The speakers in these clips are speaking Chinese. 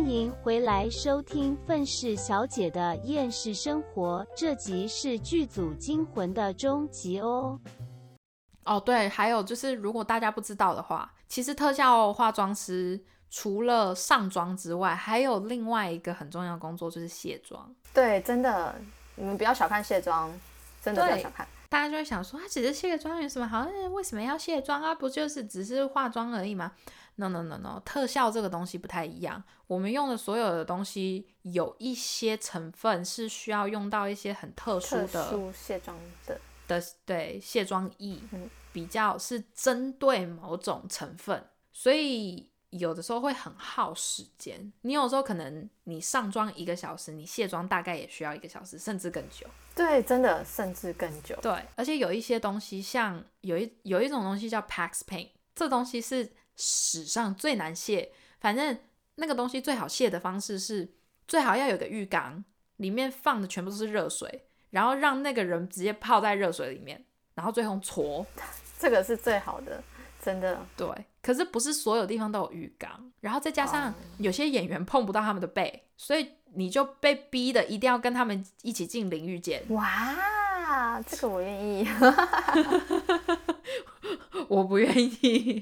迎回来收听愤世小姐的厌世生活，这集是剧组惊魂的终集哦。 哦，对，还有就是如果大家不知道的话，其实特效化妆师除了上妆之外，还有另外一个很重要的工作，就是卸妆。 对，真的，你们不要小看卸妆，真的不要小看。 大家就会想说，只是卸个妆有什么好？为什么要卸妆啊？不就是只是化妆而已吗？ No， 特效这个东西不太一样。我们用的所有的东西，有一些成分是需要用到一些很特殊卸妆的对，卸妆液，比较是针对某种成分，所以有的时候会很耗时间。你有时候可能你上妆1个小时，你卸妆大概也需要1个小时，甚至更久。 对，真的甚至更久。 对，而且有一些东西，像有一种东西叫 Pax Paint， 这东西是史上最难卸。反正那个东西最好卸的方式是，最好要有个浴缸，里面放的全部都是热水，然后让那个人直接泡在热水里面，然后最后搓， 这个是最好的，真的。 对，可是不是所有地方都有浴缸，然后再加上有些演员碰不到他们的背，所以你就被逼的一定要跟他们一起进淋浴间。 哇，这个我愿意。 我不愿意。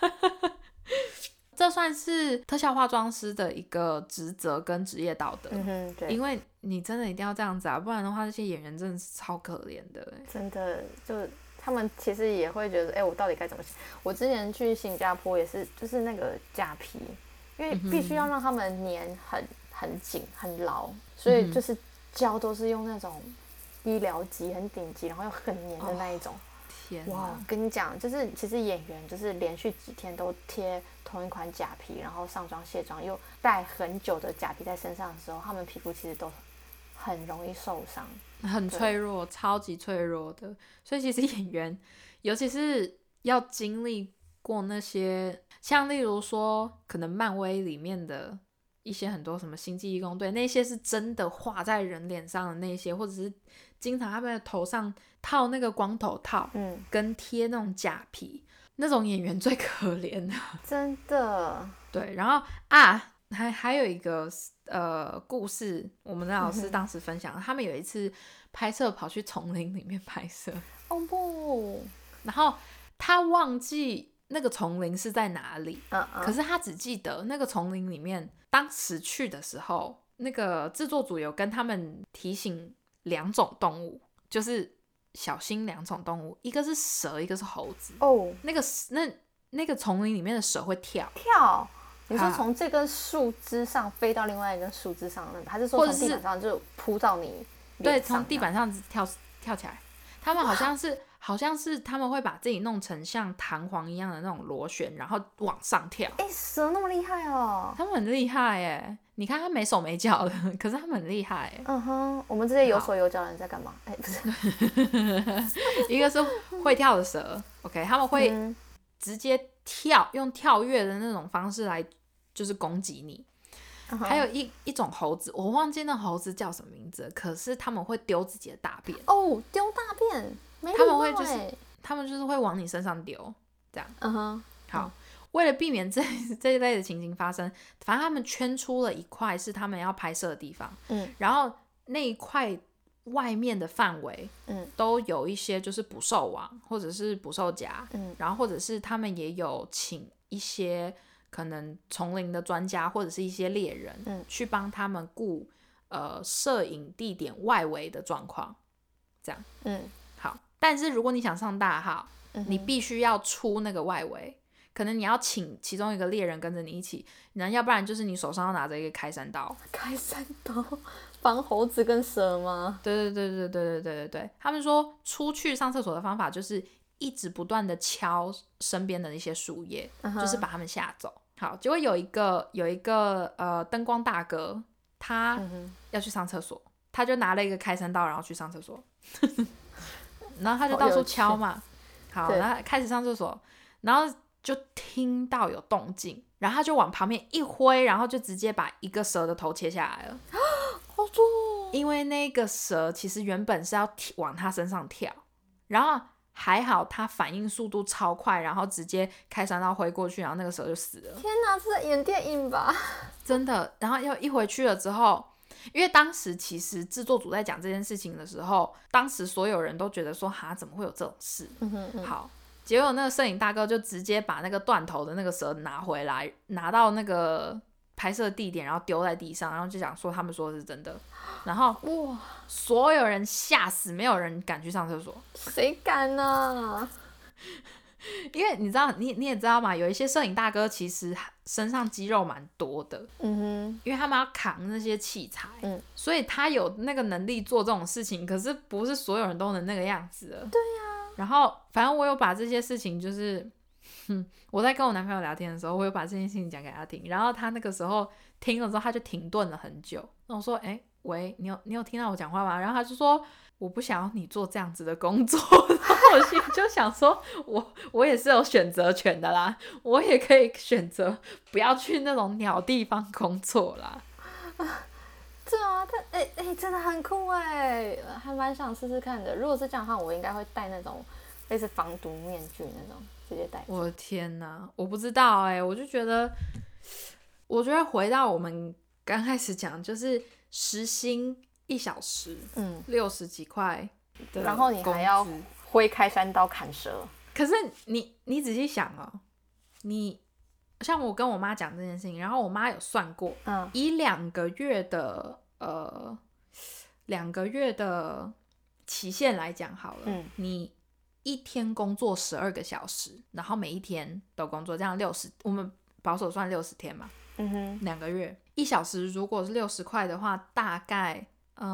这算是特效化妆师的一个职责跟职业道德。 对， 因为你真的一定要这样子啊，不然的话这些演员真的是超可怜的。 真的，就他们其实也会觉得，我到底该怎么写？我之前去新加坡也是，就是那个假皮，因为必须要让他们粘很紧很牢，所以就是胶都是用那种医疗级很顶级，然后又很黏的那一种。 天哪， 哇，我跟你讲，就是其实演员就是连续几天都贴同一款假皮，然后上妆卸妆，又戴很久的假皮在身上的时候，他们皮肤其实都很容易受伤， 很脆弱，超级脆弱的。所以其实演员，尤其是要经历过那些，像例如说可能漫威里面的一些很多什么星际义工队，那些是真的画在人脸上的那些，或者是经常他们的头上套那个光头套，跟贴那种假皮，那种演员最可怜的， 真的。 对，然后还有一个故事，我们的老师当时分享，他们有一次拍摄跑去丛林里面拍摄， 哦不， 然后他忘记那个丛林是在哪里，可是他只记得那个丛林里面，当时去的时候，那个制作组有跟他们提醒2种动物，就是小心2种动物，一个是蛇，一个是猴子。那个丛林里面的蛇会跳。 你说从这根树枝上飞到另外一根树枝上，还是说从地板上就扑到你脸上？ 对，从地板上跳起来。他们好像是他们会把自己弄成像弹簧一样的那种螺旋，然后往上跳。 蛇那么厉害哦！ 他们很厉害耶，你看他没手没脚的，可是他们很厉害耶。 我们这些有手有脚的人在干嘛？不是， 一个是会跳的蛇 ，OK， 他们会直接用跳跃的那种方式来就是攻击你。还有一种猴子，我忘记那猴子叫什么名字，可是他们会丢自己的大便。 丢大便， 他们就是会往你身上丢，这样。好，为了避免这一类的情形发生，反正他们圈出了一块是他们要拍摄的地方，然后那一块外面的范围，都有一些就是捕兽网或者是捕兽夹，然后或者是他们也有请一些可能丛林的专家或者是一些猎人，去帮他们顾摄影地点外围的状况，这样。好，但是如果你想上大号，你必须要出那个外围，可能你要请其中一个猎人跟着你一起，要不然就是你手上要拿着一个开山刀。 开山刀防猴子跟蛇吗？ 对，他们说出去上厕所的方法就是一直不断的敲身边的一些树叶，就是把他们吓走。好，结果有一个灯光大哥，他要去上厕所，他就拿了一个开山刀，然后去上厕所，然后他就到处敲嘛。好，然后开始上厕所，然后就听到有动静，然后他就往旁边一挥，然后就直接把一个蛇的头切下来了。 好重哦！ 因为那个蛇其实原本是要往他身上跳，然后还好他反应速度超快，然后直接开山刀挥过去，然后那个蛇就死了。 天哪，是在演电影吧？ 真的。然后要一回去了之后，因为当时其实制作组在讲这件事情的时候，当时所有人都觉得说哈怎么会有这种事，好，结果那个摄影大哥就直接把那个断头的那个蛇拿回来，拿到那个拍摄地点，然后丢在地上，然后就讲说他们说的是真的，然后哇，所有人吓死，没有人敢去上厕所。 谁敢啊？ 因为你知道，你也知道嘛，有一些摄影大哥其实身上肌肉蛮多的，因为他们要扛那些器材，所以他有那个能力做这种事情，可是不是所有人都能那个样子的。 对呀。 然后反正我有把这些事情就是我在跟我男朋友聊天的时候，我有把这件事情讲给他听，然后他那个时候听了之后他就停顿了很久，然后我说喂，你有听到我讲话吗？然后他就说我不想要你做这样子的工作。然后我心里就想说我也是有选择权的啦，我也可以选择不要去那种鸟地方工作啦。 对啊，真的很酷哎，还蛮想试试看的。如果是这样的话，我应该会戴那种类似防毒面具那种，直接戴。 我的天哪，我不知道我就觉得回到我们刚开始讲，就是时薪1小时，60几块的， 然后你还要挥开山刀砍蛇。 可是你仔细想哦，你像我跟我妈讲这件事情，然后我妈有算过，以2个月的期限来讲好了，你一天工作12个小时，然后每一天都工作，这样60，我们保守算60天嘛，2个月1小时如果是60块的话，大概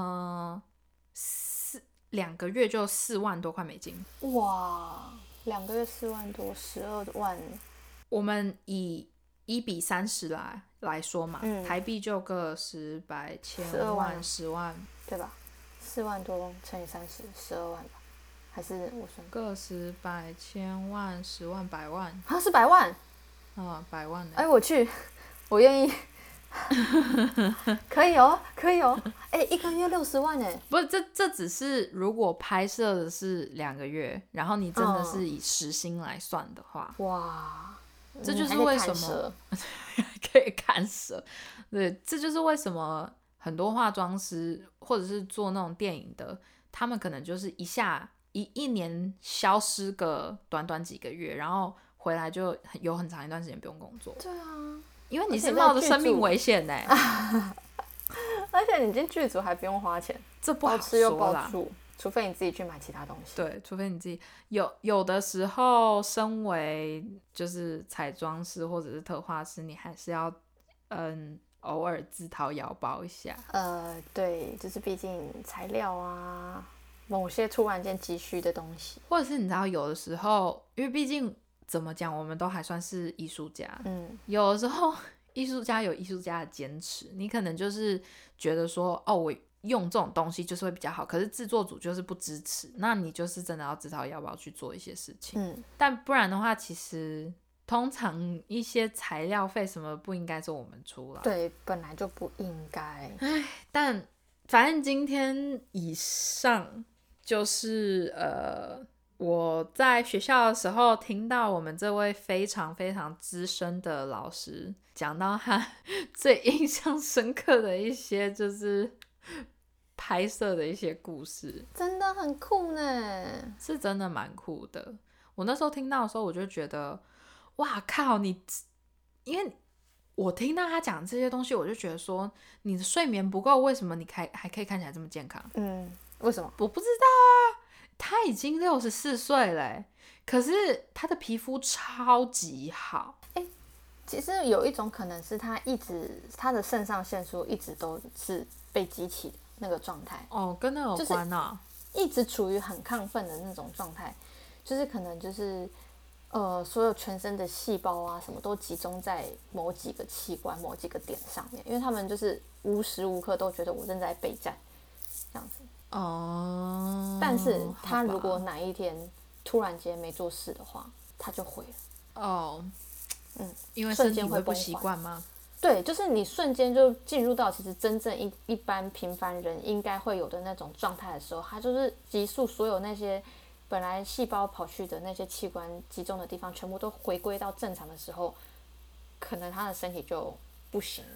2个月就4万多块美金。 哇，2个月4万多，12万。 我们以1比30来说嘛，台币就个10、100、1000万、10万， 对吧？4万多乘以30，12万吧？还是我算个10、100、1000万、10万、100万啊？是100万 ？100万我去，我愿意。可以哦，一个月60万不是，这只是如果拍摄的是2个月，然后你真的是以时薪来算的话， 哇， 这就是为什么可以看蛇。对，这就是为什么很多化妆师或者是做那种电影的，他们可能就是一年消失个短短几个月，然后回来就有很长一段时间不用工作。 对啊， 因为你是冒着生命危险而且你进剧组还不用花钱， 这不好吃又说啦， 包住，除非你自己去买其他东西。 对，除非你自己有的时候，身为就是彩妆师或者是特化师，你还是要偶尔自掏腰包一下。 对，就是毕竟材料啊，某些突然间急需的东西， 或者是你知道有的时候，因为毕竟怎么讲，我们都还算是艺术家，有的时候艺术家有艺术家的坚持，你可能就是觉得说我用这种东西就是会比较好，可是制作组就是不支持，那你就是真的要自掏腰包去做一些事情。但不然的话，其实通常一些材料费什么不应该是我们出啦。 对，本来就不应该。 但反正今天以上就是我在学校的时候听到我们这位非常非常资深的老师讲到他最印象深刻的一些就是拍摄的一些故事， 真的很酷呢， 是真的蛮酷的。我那时候听到的时候，我就觉得哇靠，因为我听到他讲这些东西，我就觉得说你的睡眠不够，为什么你还可以看起来这么健康？ 为什么？ 我不知道啊，他已经64岁了，可是他的皮肤超级好。 其实有一种可能是他的肾上腺素一直都是被激起的那个状态。 跟那有关啊， 就是一直处于很亢奋的那种状态，就是可能就是所有全身的细胞啊什么都集中在某几个器官某几个点上面，因为他们就是无时无刻都觉得我正在备战这样子。但是他如果哪一天突然间没做事的话，他就毁了。 因为身体会不习惯吗？ 对，就是你瞬间就进入到其实真正一般平凡人应该会有的那种状态的时候，他就是急速所有那些本来细胞跑去的那些器官集中的地方全部都回归到正常的时候，可能他的身体就不行了。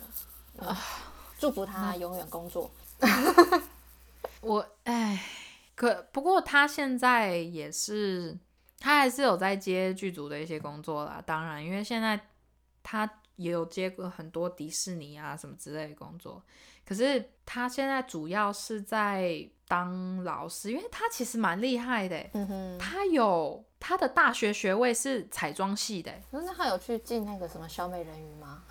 祝福他永远工作。 不过他现在也是，他还是有在接剧组的一些工作啦。当然，因为现在他也有接过很多迪士尼啊什么之类的工作。可是他现在主要是在当老师，因为他其实蛮厉害的。他有他的大学学位是彩妆系的。 那他有去进那个什么小美人鱼吗？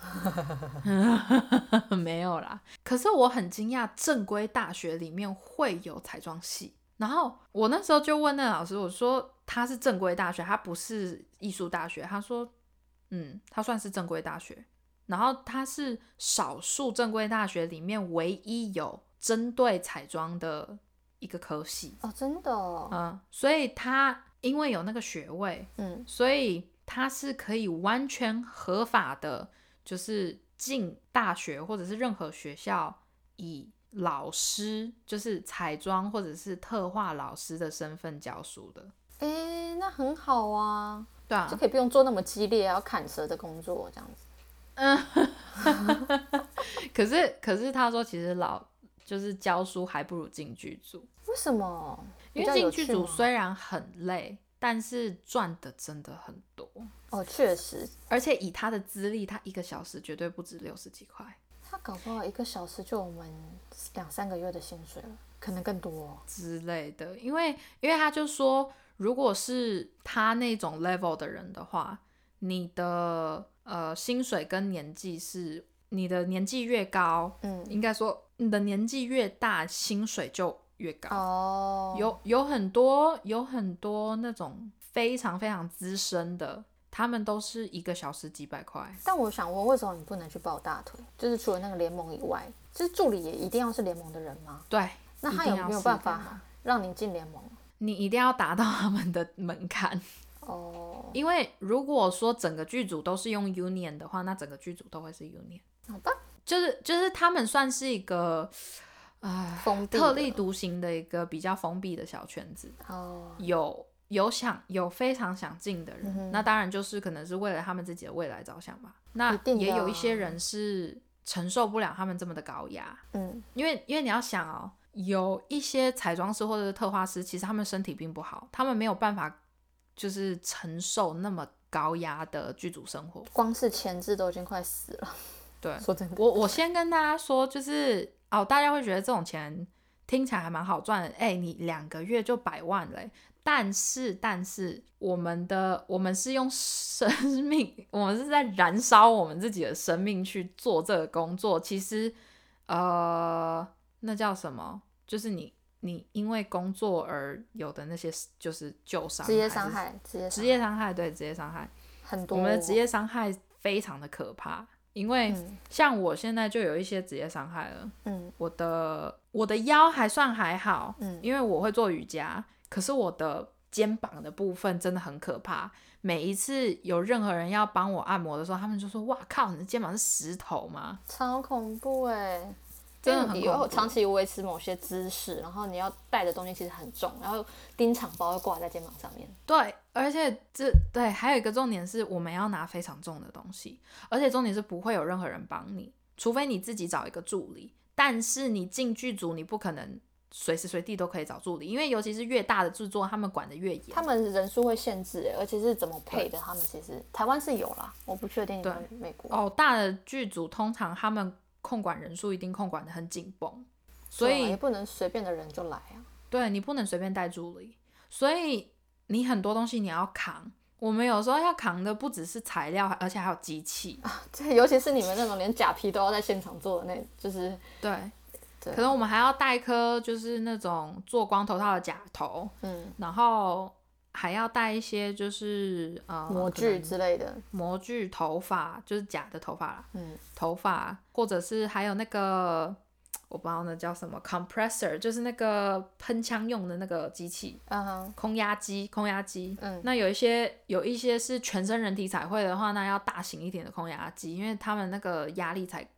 没有啦。可是我很惊讶，正规大学里面会有彩妆系。然后我那时候就问那个老师，我说他是正规大学，他不是艺术大学。他说他算是正规大学，然后他是少数正规大学里面唯一有针对彩妆的一个科系。 真的哦。 所以他因为有那个学位，所以他是可以完全合法的，就是进大学或者是任何学校以老师，就是彩妆或者是特化老师的身份教书的。 那很好啊。 对啊， 就可以不用做那么激烈要砍舌的工作这样子。 可是他说其实就是教书还不如进剧组。 为什么？ 因为进剧组虽然很累，但是赚的真的很多。 确实。 而且以他的资历，他1个小时绝对不止60几块。 他搞不好1个小时就我们2-3个月的薪水了，可能更多之类的。因为他就说，如果是他那种 level 的人的话，你的薪水跟年纪是，你的年纪越高，应该说你的年纪越大，薪水就越高。有很多那种非常非常资深的，他们都是1个小时几百块。 但我想问，为什么你不能去抱大腿？就是除了那个联盟以外，就是助理也一定要是联盟的人吗？ 对。 那他有没有办法让你进联盟？ 你一定要达到他们的门槛。因为如果说整个剧组都是用 union 的话，那整个剧组都会是 union。 好吧。 就是他们算是一个特立独行的一个比较封闭的小圈子。有非常想进的人，那当然就是可能是为了他们自己的未来着想吧。那也有一些人是承受不了他们这么的高压。因为你要想有一些彩妆师或者是特化师，其实他们身体并不好，他们没有办法就是承受那么高压的剧组生活， 光是前置都已经快死了。 对， 说真的， 我先跟大家说，就是大家会觉得这种钱听起来还蛮好赚的，你2个月就100万嘞。但是我们是用生命，我们是在燃烧我们自己的生命去做这个工作。其实那叫什么？就是你因为工作而有的那些就是旧伤、 职业伤害， 对，职业伤害很多。 我们的职业伤害非常的可怕，因为像我现在就有一些职业伤害了。我的腰还算还好，因为我会做瑜伽，可是我的肩膀的部分真的很可怕。每一次有任何人要帮我按摩的时候，他们就说：“哇靠，你的肩膀是石头吗？” 超恐怖欸。 真的很恐怖。 长期维持某些姿势，然后你要带的东西其实很重，然后丁场包会挂在肩膀上面。 对，而且还有一个重点是，我们要拿非常重的东西，而且重点是不会有任何人帮你，除非你自己找一个助理。但是你进剧组，你不可能随时随地都可以找助理，因为尤其是越大的制作，他们管得越严， 他们人数会限制，而且是怎么配的，他们其实台湾是有啦，我不确定你们美国。 大的剧组通常他们控管人数一定控管得很紧绷，所以也不能随便的人就来啊。 对，你不能随便带助理，所以你很多东西你要扛。我们有时候要扛的不只是材料，而且还有机器对，尤其是你们那种连假皮都要在现场做的，那就是对。可能我们还要带颗就是那种做光头套的假头，然后还要带一些就是模具之类的模具，头发就是假的头发啦，头发，或者是还有那个我不知道那叫什么 compressor， 就是那个喷枪用的那个机器，空压机，那有一些是全身人体彩绘的话，那要大型一点的空压机，因为他们那个压力才够。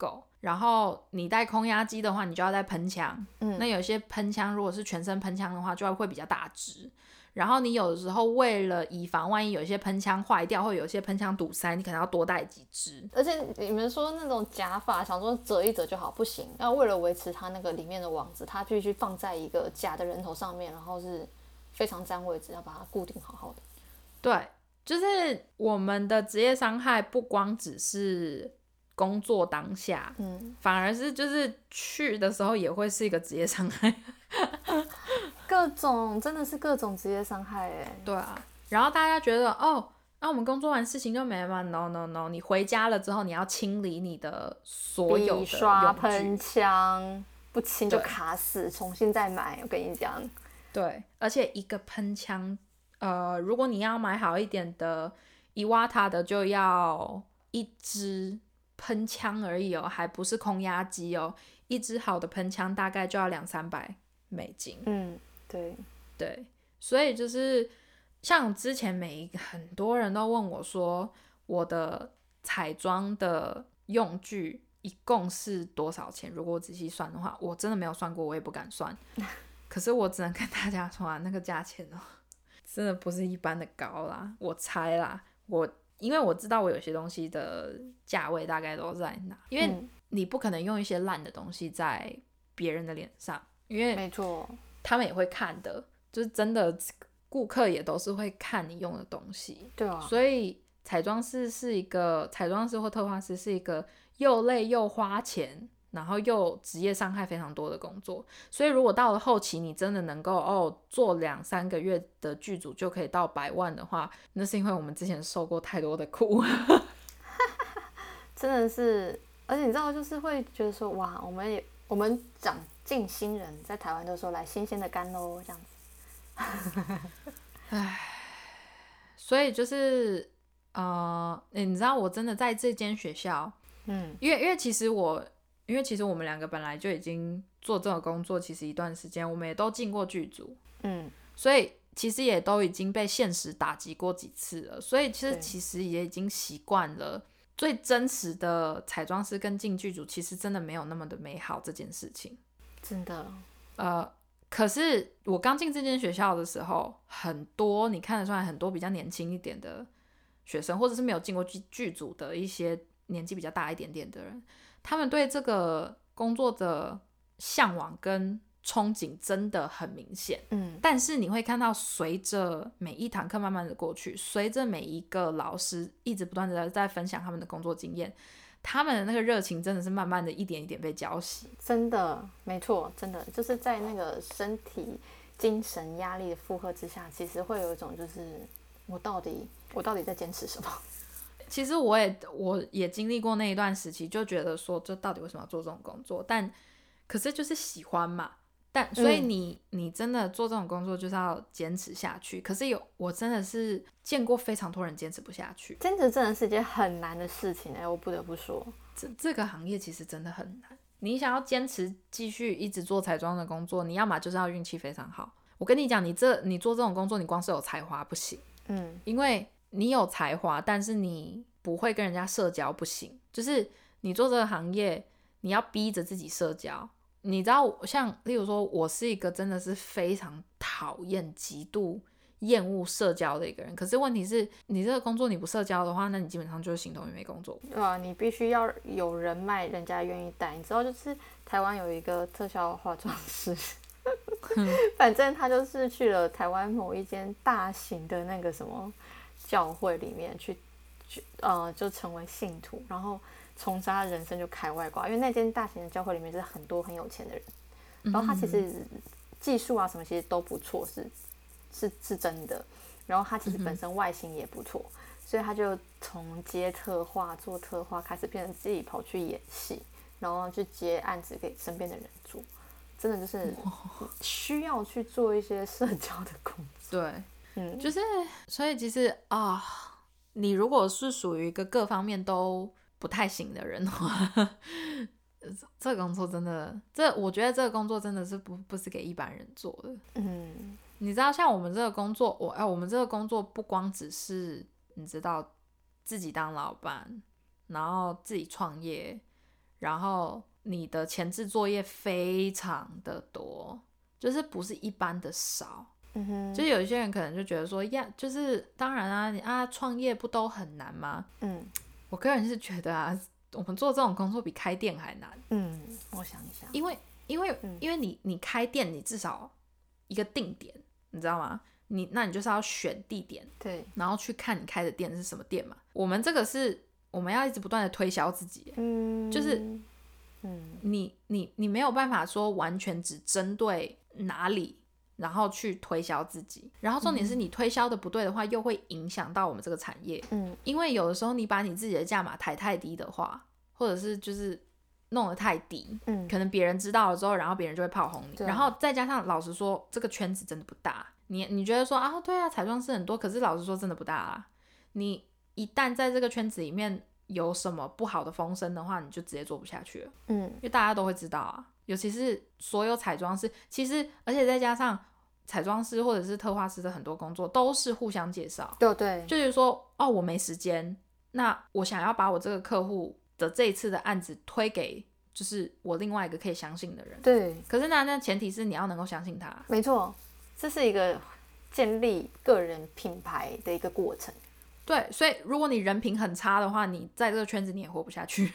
然后你带空压机的话，你就要带喷枪，那有些喷枪如果是全身喷枪的话，就会比较大支。然后你有的时候为了以防万一有一些喷枪坏掉，或者有些喷枪堵塞，你可能要多带几支。 而且你们说那种夹法，想说折一折就好，不行，要为了维持它那个里面的网子，它必须放在一个假的人头上面，然后是非常占位置，要把它固定好好的。 对，就是我们的职业伤害不光只是工作当下，反而是就是去的时候也会是一个职业伤害。 各种真的是各种职业伤害对啊，然后大家觉得那我们工作完事情就没了吗 ？No， 你回家了之后，你要清理你的所有的笔刷、喷枪，不清就卡死，重新再买。我跟你讲， 对，而且一个喷枪，如果你要买好一点的Iwata 的，就要一支喷枪而已还不是空压机一支好的喷枪大概就要$200-300。对，所以就是像之前很多人都问我说，我的彩妆的用具一共是多少钱？如果我仔细算的话，我真的没有算过，我也不敢算。可是我只能跟大家说那个价钱真的不是一般的高啦，我猜啦，因为我知道我有些东西的价位大概都在哪，因为你不可能用一些烂的东西在别人的脸上，因为没错， 他们也会看的，就是真的顾客也都是会看你用的东西。 对啊， 所以彩妆师或特化师是一个又累又花钱，然后又职业伤害非常多的工作。所以如果到了后期你真的能够做2-3个月的剧组就可以到100万的话，那是因为我们之前受过太多的苦。 真的是，而且你知道就是会觉得说哇，我们长进新人在台湾都说来新鲜的干咯这样子。 所以就是你知道我真的在这间学校，因为其实我们两个本来就已经做这个工作，其实一段时间我们也都进过剧组，所以其实也都已经被现实打击过几次了，所以其实也已经习惯了最真实的彩妆师跟进剧组其实真的没有那么的美好这件事情， 真的。 可是我刚进这间学校的时候，很多你看得出来很多比较年轻一点的学生，或者是没有进过剧组的一些年纪比较大一点点的人，他们对这个工作的向往跟憧憬真的很明显。但是你会看到随着每一堂课慢慢的过去，随着每一个老师一直不断的在分享他们的工作经验，他们的那个热情真的是慢慢的一点一点被浇熄。 真的没错，真的就是在那个身体精神压力的负荷之下，其实会有一种就是我到底在坚持什么。 其实我也经历过那一段时期，就觉得说这到底为什么要做这种工作，但可是就是喜欢嘛，所以你真的做这种工作就是要坚持下去。可是我真的是见过非常多人坚持不下去， 坚持真的是一件很难的事情我不得不说， 这个行业其实真的很难。你想要坚持继续一直做彩妆的工作，你要么就是要运气非常好。我跟你讲，你做这种工作，你光是有才华不行，因为你有才华，但是你不会跟人家社交不行。就是你做这个行业，你要逼着自己社交。你知道，像例如说，我是一个真的是非常讨厌、极度厌恶社交的一个人。可是问题是，你这个工作你不社交的话，那你基本上就是形同于没工作。 对啊，你必须要有人脉，人家愿意带。你知道，就是台湾有一个特效化妆师，反正他就是去了台湾某一间大型的那个什么教会里面去就成为信徒，然后从此他的人生就开外挂。因为那间大型的教会里面是很多很有钱的人，然后他其实技术啊什么其实都不错，是真的。然后他其实本身外形也不错，所以他就从接特化、做特化开始变成自己跑去演戏，然后去接案子给身边的人做。真的就是需要去做一些社交的工作。 对，就是所以其实你如果是属于一个各方面都不太行的人的话，这个工作真的，我觉得这个工作真的是不是给一般人做的。你知道，像我们这个工作，我们这个工作不光只是你知道自己当老板，然后自己创业， 然后你的前置作业非常的多，就是不是一般的少。就是有一些人可能就觉得说呀，就是当然啊，你创业不都很难吗？我个人是觉得啊，我们做这种工作比开店还难。 我想一下， 因为你开店，你至少一个定点，你知道吗？那你就是要选地点， 对， 然后去看你开的店是什么店嘛。我们这个是我们要一直不断的推销自己，就是你没有办法说完全只针对哪里，然后去推销自己，然后重点是你推销的不对的话，又会影响到我们这个产业。因为有的时候你把你自己的价码抬太低的话，或者是就是弄得太低，可能别人知道了之后，然后别人就会炮轰你。然后再加上老实说，这个圈子真的不大。你觉得说啊，对啊，彩妆师很多，可是老实说真的不大啊。你一旦在这个圈子里面有什么不好的风声的话，你就直接做不下去了。因为大家都会知道啊，尤其是所有彩妆师，其实而且再加上彩妆师或者是特化师的很多工作都是互相介绍。 对， 就是说我没时间，那我想要把我这个客户的这一次的案子推给就是我另外一个可以相信的人。 对， 可是那前提是你要能够相信他。 没错，这是一个建立个人品牌的一个过程。 对，所以如果你人品很差的话，你在这个圈子你也活不下去。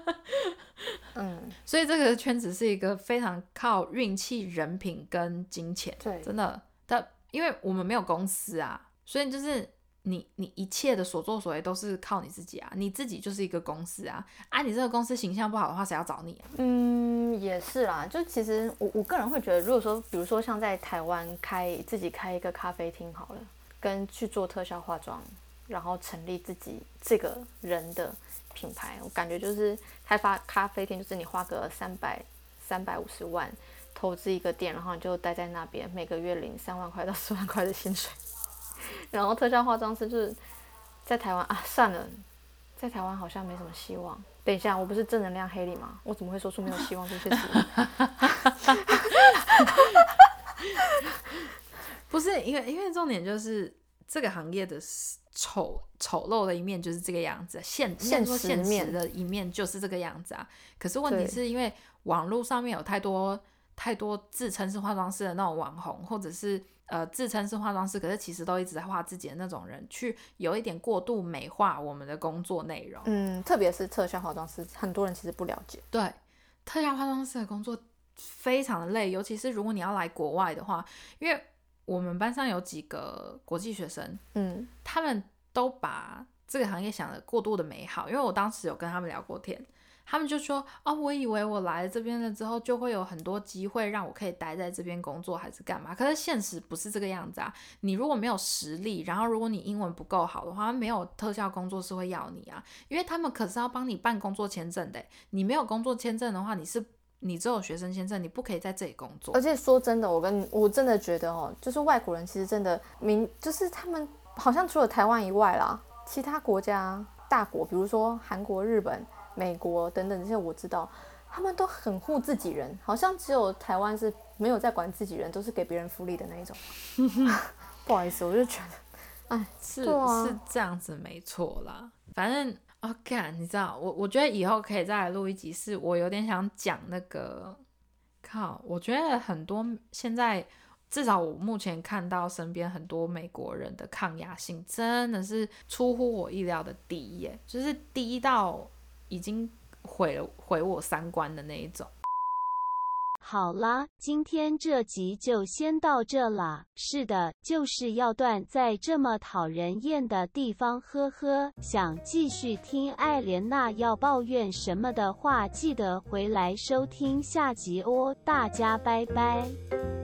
所以这个圈子是一个非常靠运气、人品跟金钱。 对， 真的。因为我们没有公司啊，所以就是你一切的所作所为都是靠你自己啊，你自己就是一个公司啊，你这个公司形象不好的话，谁要找你啊？ 也是啦，就其实我个人会觉得，如果说比如说像在台湾自己开一个咖啡厅好了，跟去做特效化妆，然后成立自己这个人的品牌，我感觉就是开发咖啡厅，就是你花个350万投资一个店，然后你就待在那边，每个月领3万块到4万块的薪水。然后特效化妆师就是在台湾算了，在台湾好像没什么希望。等一下，我不是正能量黑里吗？我怎么会说出没有希望这些词？ 不是因为重点就是这个行业的丑陋的一面就是这个样子，现实的一面就是这个样子啊。可是问题是因为网络上面有太多自称是化妆师的那种网红，或者是自称是化妆师，可是其实都一直在画自己的那种人，去有一点过度美化我们的工作内容。 特别是特效化妆师，很多人其实不了解。 对，特效化妆师的工作非常的累，尤其是如果你要来国外的话，因为我们班上有几个国际学生，他们都把这个行业想得过度的美好，因为我当时有跟他们聊过天，他们就说我以为我来这边了之后就会有很多机会让我可以待在这边工作还是干嘛，可是现实不是这个样子啊。你如果没有实力，然后如果你英文不够好的话，没有特效工作室会要你啊，因为他们可是要帮你办工作签证的。你没有工作签证的话，你只有学生签证，你不可以在这里工作。 而且说真的，我真的觉得就是外国人其实真的就是他们好像除了台湾以外啦，其他国家大国，比如说韩国、日本、美国等等这些，我知道他们都很护自己人，好像只有台湾是没有在管自己人，都是给别人福利的那一种。不好意思，我就觉得， 是这样子没错啦。反正你知道，我觉得以后可以再来录一集，是我有点想讲那个，我觉得很多现在至少我目前看到身边很多美国人的抗压性真的是出乎我意料的低耶，就是低到已经毁我三观的那一种。 好啦，今天这集就先到这啦。是的，就是要断在这么讨人厌的地方，呵呵。想继续听艾莲娜要抱怨什么的话，记得回来收听下集哦。大家拜拜。